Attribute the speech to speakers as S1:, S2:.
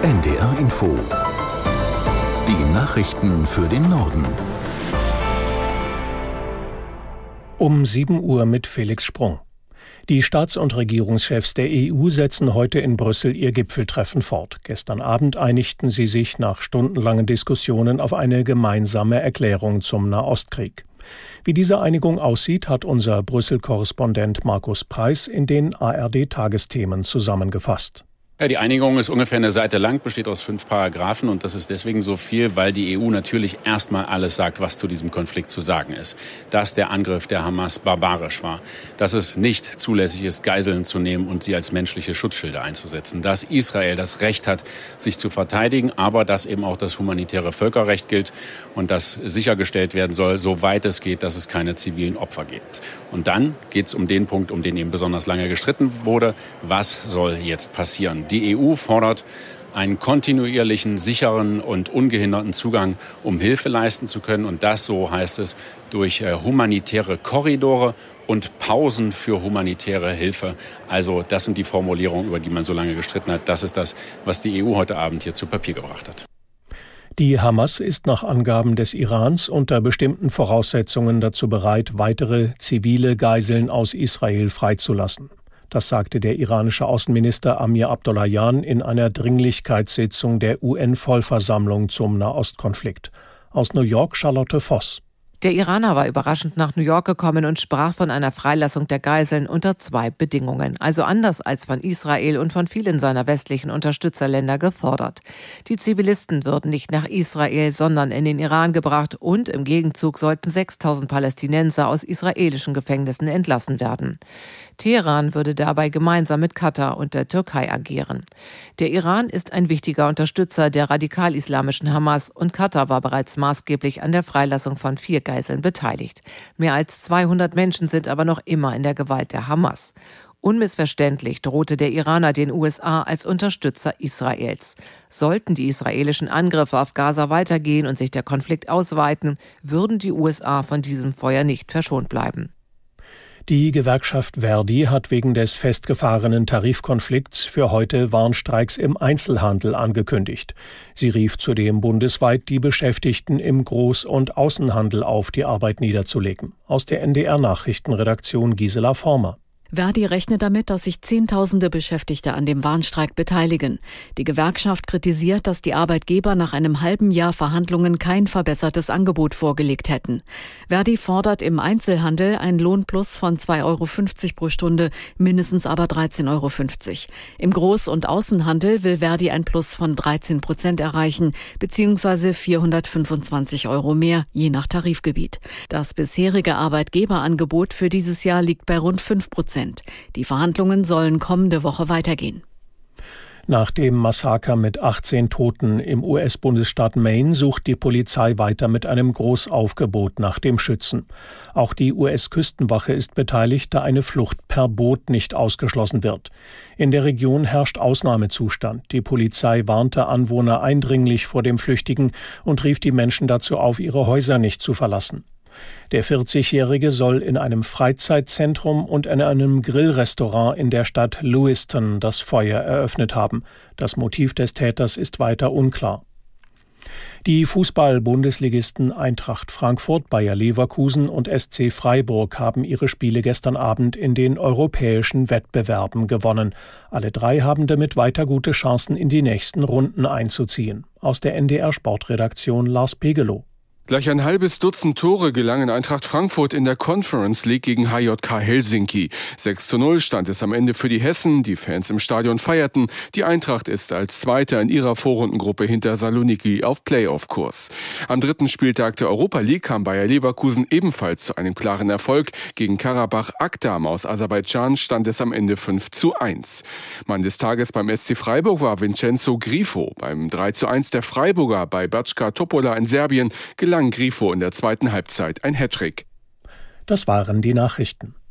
S1: NDR Info. Die Nachrichten für den Norden.
S2: Um 7 Uhr mit Felix Sprung. Die Staats- und Regierungschefs der EU setzen heute in Brüssel ihr Gipfeltreffen fort. Gestern Abend einigten sie sich nach stundenlangen Diskussionen auf eine gemeinsame Erklärung zum Nahostkrieg. Wie diese Einigung aussieht, hat unser Brüssel-Korrespondent Markus Preiß in den ARD-Tagesthemen zusammengefasst.
S3: Ja, die Einigung ist ungefähr eine Seite lang, besteht aus 5 Paragraphen und das ist deswegen so viel, weil die EU natürlich erstmal alles sagt, was zu diesem Konflikt zu sagen ist. Dass der Angriff der Hamas barbarisch war, dass es nicht zulässig ist, Geiseln zu nehmen und sie als menschliche Schutzschilde einzusetzen, dass Israel das Recht hat, sich zu verteidigen, aber dass eben auch das humanitäre Völkerrecht gilt und dass sichergestellt werden soll, soweit es geht, dass es keine zivilen Opfer gibt. Und dann geht es um den Punkt, um den eben besonders lange gestritten wurde. Was soll jetzt passieren? Die EU fordert einen kontinuierlichen, sicheren und ungehinderten Zugang, um Hilfe leisten zu können. Und das, so heißt es, durch humanitäre Korridore und Pausen für humanitäre Hilfe. Also das sind die Formulierungen, über die man so lange gestritten hat. Das ist das, was die EU heute Abend hier zu Papier gebracht hat.
S2: Die Hamas ist nach Angaben des Irans unter bestimmten Voraussetzungen dazu bereit, weitere zivile Geiseln aus Israel freizulassen. Das sagte der iranische Außenminister Amir Abdollahian in einer Dringlichkeitssitzung der UN-Vollversammlung zum Nahostkonflikt. Aus New York Charlotte Voss.
S4: Der Iraner war überraschend nach New York gekommen und sprach von einer Freilassung der Geiseln unter 2 Bedingungen. Also anders als von Israel und von vielen seiner westlichen Unterstützerländer gefordert. Die Zivilisten würden nicht nach Israel, sondern in den Iran gebracht und im Gegenzug sollten 6.000 Palästinenser aus israelischen Gefängnissen entlassen werden. Teheran würde dabei gemeinsam mit Katar und der Türkei agieren. Der Iran ist ein wichtiger Unterstützer der radikal-islamischen Hamas und Katar war bereits maßgeblich an der Freilassung von 4 Geiseln beteiligt. Mehr als 200 Menschen sind aber noch immer in der Gewalt der Hamas. Unmissverständlich drohte der Iraner den USA als Unterstützer Israels. Sollten die israelischen Angriffe auf Gaza weitergehen und sich der Konflikt ausweiten, würden die USA von diesem Feuer nicht verschont bleiben.
S2: Die Gewerkschaft ver.di hat wegen des festgefahrenen Tarifkonflikts für heute Warnstreiks im Einzelhandel angekündigt. Sie rief zudem bundesweit die Beschäftigten im Groß- und Außenhandel auf, die Arbeit niederzulegen. Aus der NDR-Nachrichtenredaktion Gisela Former.
S5: ver.di rechnet damit, dass sich Zehntausende Beschäftigte an dem Warnstreik beteiligen. Die Gewerkschaft kritisiert, dass die Arbeitgeber nach einem halben Jahr Verhandlungen kein verbessertes Angebot vorgelegt hätten. ver.di fordert im Einzelhandel einen Lohnplus von 2,50 € pro Stunde, mindestens aber 13,50 €. Im Groß- und Außenhandel will ver.di ein Plus von 13% erreichen, beziehungsweise 425 € mehr, je nach Tarifgebiet. Das bisherige Arbeitgeberangebot für dieses Jahr liegt bei rund 5%. Die Verhandlungen sollen kommende Woche weitergehen.
S2: Nach dem Massaker mit 18 Toten im US-Bundesstaat Maine sucht die Polizei weiter mit einem Großaufgebot nach dem Schützen. Auch die US-Küstenwache ist beteiligt, da eine Flucht per Boot nicht ausgeschlossen wird. In der Region herrscht Ausnahmezustand. Die Polizei warnte Anwohner eindringlich vor dem Flüchtigen und rief die Menschen dazu auf, ihre Häuser nicht zu verlassen. Der 40-Jährige soll in einem Freizeitzentrum und in einem Grillrestaurant in der Stadt Lewiston das Feuer eröffnet haben. Das Motiv des Täters ist weiter unklar. Die Fußball-Bundesligisten Eintracht Frankfurt, Bayer Leverkusen und SC Freiburg haben ihre Spiele gestern Abend in den europäischen Wettbewerben gewonnen. Alle 3 haben damit weiter gute Chancen, in die nächsten Runden einzuziehen. Aus der NDR-Sportredaktion Lars Pegelow.
S6: Gleich ein halbes Dutzend Tore gelangen Eintracht Frankfurt in der Conference League gegen HJK Helsinki. 6:0 stand es am Ende für die Hessen. Die Fans im Stadion feierten. Die Eintracht ist als Zweiter in ihrer Vorrundengruppe hinter Saloniki auf Playoff-Kurs. Am 3. Spieltag der Europa League kam Bayer Leverkusen ebenfalls zu einem klaren Erfolg. Gegen Karabach Akdam aus Aserbaidschan stand es am Ende 5:1. Mann des Tages beim SC Freiburg war Vincenzo Grifo. Beim 3:1 der Freiburger bei Bačka Topola in Serbien gelang Grifo in der zweiten Halbzeit ein Hattrick.
S2: Das waren die Nachrichten.